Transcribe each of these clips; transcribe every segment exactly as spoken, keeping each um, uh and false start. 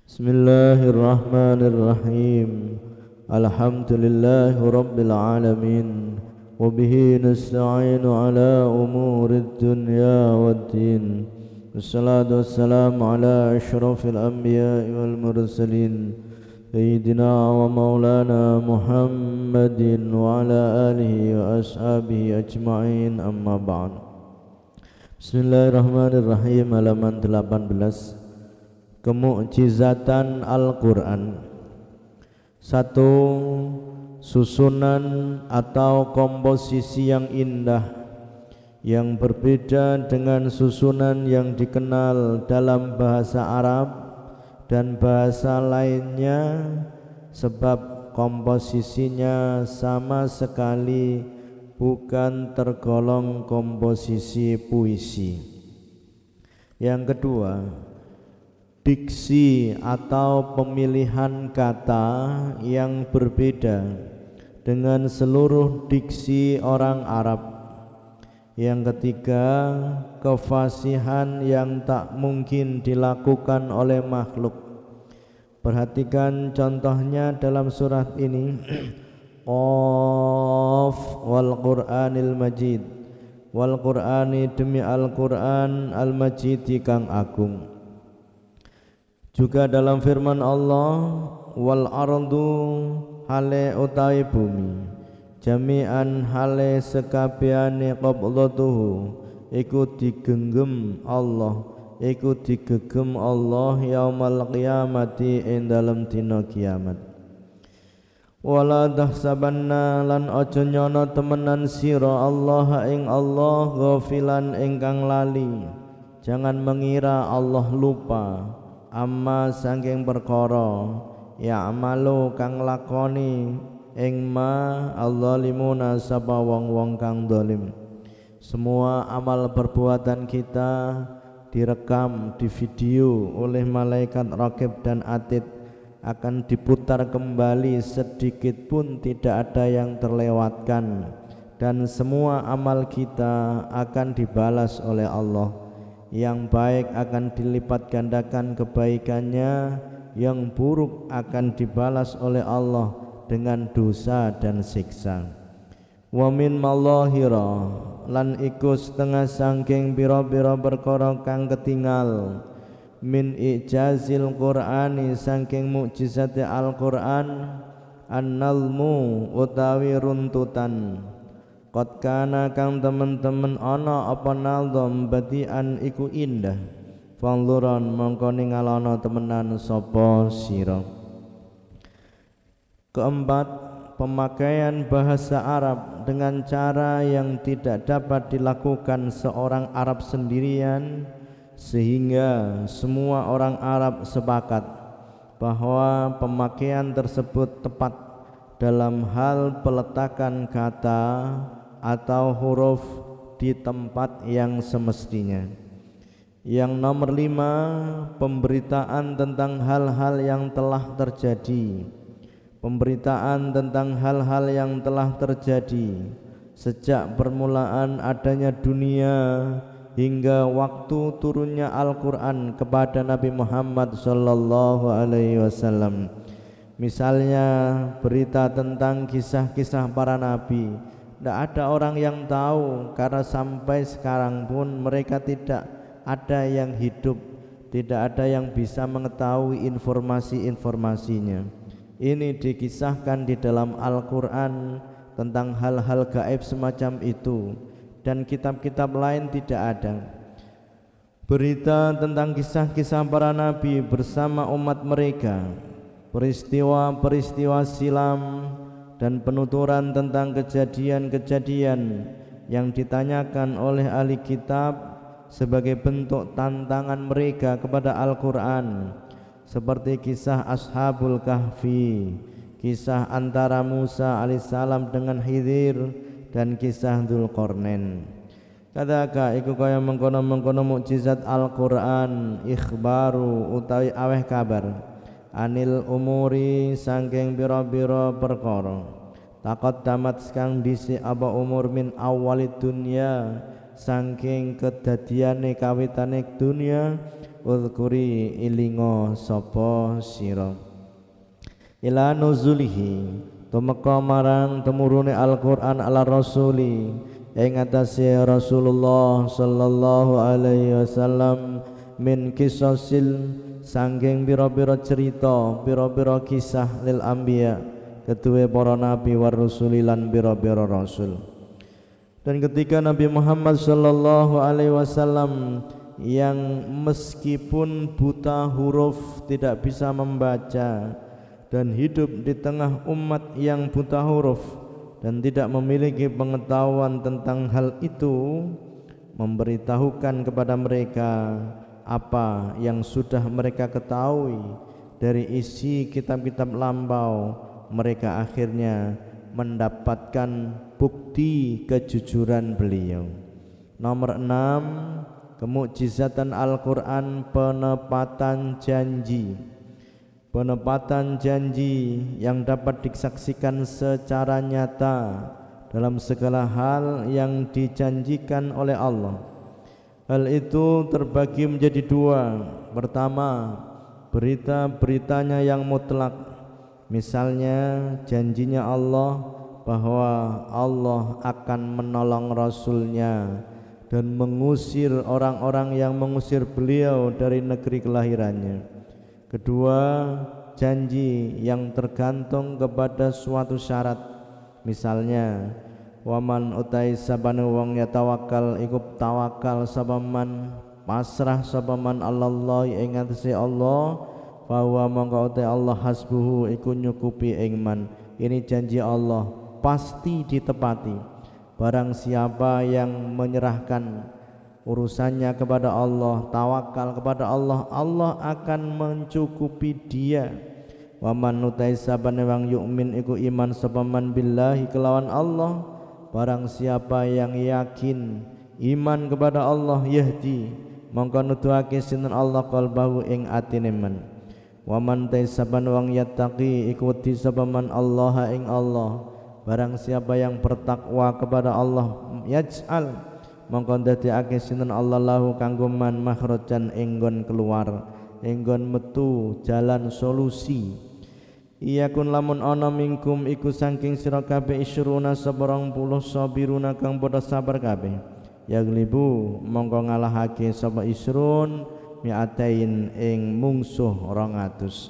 Bismillahirrahmanirrahim. Alhamdulillahi rabbil alamin. Wabihi nasta'inu ala umurid dunya waddin. Wassalatu wassalamu ala ashrafil anbiya'i wal mursalin, Sayyidina wa maulana Muhammadin wa ala alihi wa ashabihi ajma'in, amma ba'd. Bismillahirrahmanirrahim. Halaman delapan belas. Kemukjizatan Al-Quran. Satu, susunan atau komposisi yang indah yang berbeda dengan susunan yang dikenal dalam bahasa Arab dan bahasa lainnya, sebab komposisinya sama sekali bukan tergolong komposisi puisi. Yang kedua, diksi atau pemilihan kata yang berbeda dengan seluruh diksi orang Arab. Yang ketiga, kefasihan yang tak mungkin dilakukan oleh makhluk. Perhatikan contohnya dalam surat ini. Qaf wal Qur'anil Majid. Wal Qur'ani, demi Al-Qur'an, Al-Majidi kang agung. Juga dalam firman Allah, wal ardu hale utawi bumi, jami'an hale sekabehane qabdatuhu, iku digenggam Allah, iku digegem Allah yaumal qiyamati, ing dalem dina kiamat. Wala tahsabanna, lan aja nyono temenan sira Allah ing Allah ghafilan ingkang lali. Jangan mengira Allah lupa amma saking perkara ya amalu kang lakoni ing ma al-zalimuna, sapa wong-wong kang zalim. Semua amal perbuatan kita direkam di video oleh malaikat raqib dan atid, akan diputar kembali, sedikit pun tidak ada yang terlewatkan, dan semua amal kita akan dibalas oleh Allah. Yang baik akan dilipat gandakan kebaikannya, yang buruk akan dibalas oleh Allah dengan dosa dan siksa. Wa min mallahira, lan iku setengah sangking pira-pira perkara kang ketinggal, min ijazil Qur'ani, sangking mukjizate Al-Qur'an, annalmu utawi runtutan. Qad kana kang temen-temen ana apa naldom badian iku indah, fangluron mongko ningalono temenan sapa sira. Keempat, pemakaian bahasa Arab dengan cara yang tidak dapat dilakukan seorang Arab sendirian, sehingga semua orang Arab sepakat bahwa pemakaian tersebut tepat dalam hal peletakan kata atau huruf di tempat yang semestinya. Yang nomor lima, pemberitaan tentang hal-hal yang telah terjadi. Pemberitaan tentang hal-hal yang telah terjadi sejak permulaan adanya dunia hingga waktu turunnya Al-Quran kepada Nabi Muhammad sallallahu alaihi wasallam. Misalnya berita tentang kisah-kisah para nabi, tidak ada orang yang tahu, karena sampai sekarang pun mereka tidak ada yang hidup, tidak ada yang bisa mengetahui informasi-informasinya. Ini dikisahkan di dalam Al-Quran tentang hal-hal gaib semacam itu, dan kitab-kitab lain tidak ada. Berita tentang kisah-kisah para nabi bersama umat mereka, peristiwa-peristiwa silam, dan penuturan tentang kejadian-kejadian yang ditanyakan oleh ahli kitab sebagai bentuk tantangan mereka kepada Al-Quran, seperti kisah Ashabul Kahfi, kisah antara Musa alaihissalam dengan Khidir, dan kisah Dzulqarnain. Kadaka iku kaya mengkono-mengkono mukjizat Al-Quran, ikhbaru utawi aweh kabar, anil umuri sangking biro-biro perkara, takot damat kang disi apa umur min awalid dunya, sangking kedadiane kawitane dunya, udhkuri ilingo sapa sira ila nuzulihi tumeka marang temurune Al-Qur'an ala rasuli ing atase Rasulullah sallallahu alaihi wasallam min kisasil sangking biro-biro cerita biro-biro kisah lil anbiya kedue para nabi war rusuli lan biro-biro rasul. Dan ketika Nabi Muhammad sallallahu alaihi wasallam yang meskipun buta huruf tidak bisa membaca dan hidup di tengah umat yang buta huruf dan tidak memiliki pengetahuan tentang hal itu, memberitahukan kepada mereka apa yang sudah mereka ketahui dari isi kitab-kitab lampau, mereka akhirnya mendapatkan bukti kejujuran beliau. Nomor enam, kemukjizatan Al-Quran, penepatan janji. Penepatan janji yang dapat disaksikan secara nyata dalam segala hal yang dijanjikan oleh Allah. Hal itu terbagi menjadi dua. Pertama, berita-beritanya yang mutlak. Misalnya janjinya Allah bahwa Allah akan menolong Rasulnya dan mengusir orang-orang yang mengusir beliau dari negeri kelahirannya. Kedua, janji yang tergantung kepada suatu syarat. Misalnya, waman utai sabane wong ya tawakal iku tawakal sabaman pasrah sabaman Allah ing atase Allah, bahwa mongko utai Allah hasbuhu iku nyukupi ing man. Ini janji Allah pasti ditepati. Barang siapa yang menyerahkan urusannya kepada Allah, tawakal kepada Allah, Allah akan mencukupi dia. Wa man utai sabane wang yu'min iku iman sabaman billahi kelawan Allah. Barang siapa yang yakin iman kepada Allah, yahdi mongko nuduhake sinten Allah qalbahu ing atine man. Wa man utai sabane wang yattaqi iku wedi sabaman Allah ing Allah. Barang siapa yang bertakwa kepada Allah, yaj'al mongko ndadekake sinten Allah lahu kanggo man makhrajan enggon keluar, enggon metu jalan solusi. Iya kun lamun ana mingkum iku saking sira kabeh isruna seberang puluh sabiruna kang padha sabar kabeh, yaglibu mongko ngalahake sapa isrun mi'atain ing mungsuh rong atus.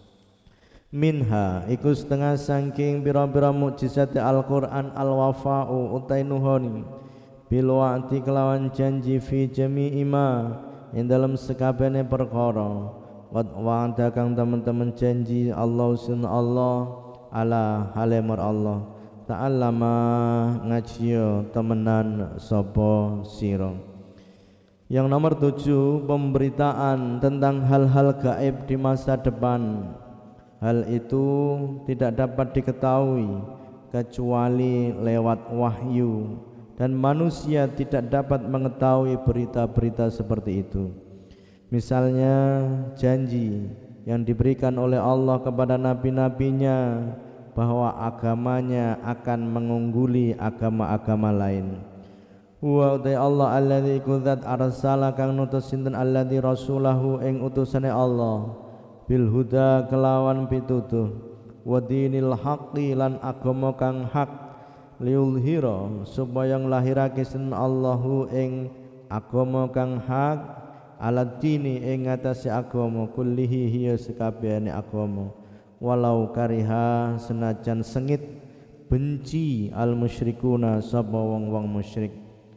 Minha iku setengah saking pira-pira mukjizat Al-Qur'an al-wafa'u utai nuhoni bil wa'ti kelawan janji fi jami'i ma ing dalam sekabehane perkara. Qad wa'ada kang teman-teman janji Allah sun Allah ala halimur Allah ta'allama ngajiyo temenan sapa sira. Yang nomor tujuh, pemberitaan tentang hal-hal gaib di masa depan. Hal itu tidak dapat diketahui kecuali lewat wahyu, dan manusia tidak dapat mengetahui berita-berita seperti itu. Misalnya janji yang diberikan oleh Allah kepada nabi-nabinya bahwa agamanya akan mengungguli agama-agama lain. Wa utai Allah alladzi kudzat arsala kang nutus sinten alladzi rasulahu ing utusane Allah bil huda kelawan pitutuh wa dinil haqqi lan agama kang hak liulhira supaya nglahirake sinten Allahu ing agama kang hak ala dini ing atase agama kullihi hiya sekabehane agama walau kariha senajan sengit benci al musyrikuna sapa wong-wong musyrik.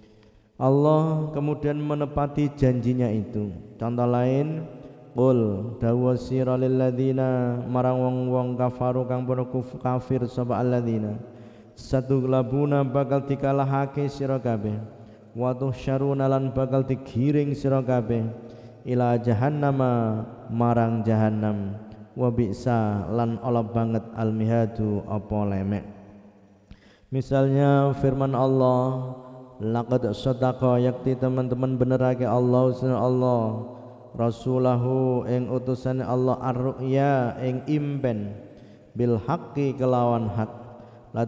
Allah kemudian menepati janjinya itu. Contoh lain, qul dawa sira lil ladzina marang wong-wong kafaru kang padha kafir sapa alladzina satughlabuna bakal dikalahake sira kabeh wa tuhsyaruna lan bakal digiring sira kabeh ila jahannama marang jahannam wa bi'sa lan ala banget al mihadu apa lemek. Misalnya firman Allah, laqad sadaqa yakti teman-teman benerake Allah sunna Allah rasulahu ing utusane Allah ar-ru'ya ing impen bil haqqi kelawan hak la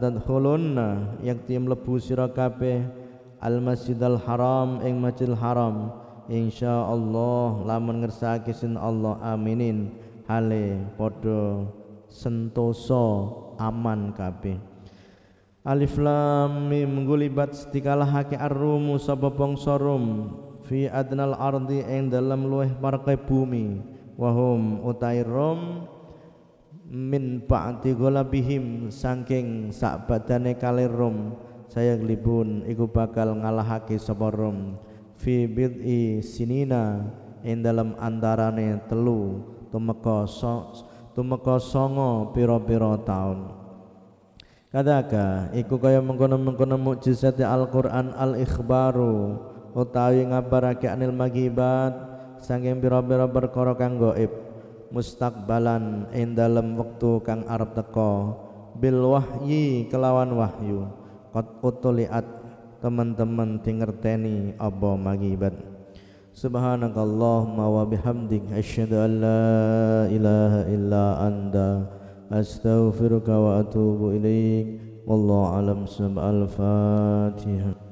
tadkhulunna yakti mlebu sira kabeh al masjidal haram ing masjidil haram insyaallah lamun ngersakake sin Allah aminin hale padha sentosa aman kabeh. Alif lam mim gulibat stikalahake ar-rumu sapa bangsa Rum fi adnal ardi ing dalam luweh parke bumi wahum utai Rum min ba'di ghalabihim saking sak badane kali Rum saya glibun iku bakal ngalahake sapa Rum fi bid'i sinina ing dalam antarane telu tumeka so, tumeka songo pira-pira taun. Kadaka iku kaya mengkono-mengkono mukjizat Al-Qur'an al-ikhbaru utawi ngabarake anil maghibat saking pira-pira perkara kang gaib mustaqbalan ing dalem wektu kang arep teka bil wahyi kelawan wahyu qad utuliat teman-teman dingerteni apa maghibat. Subhanakallahumma wa bihamdik asyhadu an la ilaha illa anta astaghfiruka wa atubu ilaik. Wallahu alam. Al-Fatihah.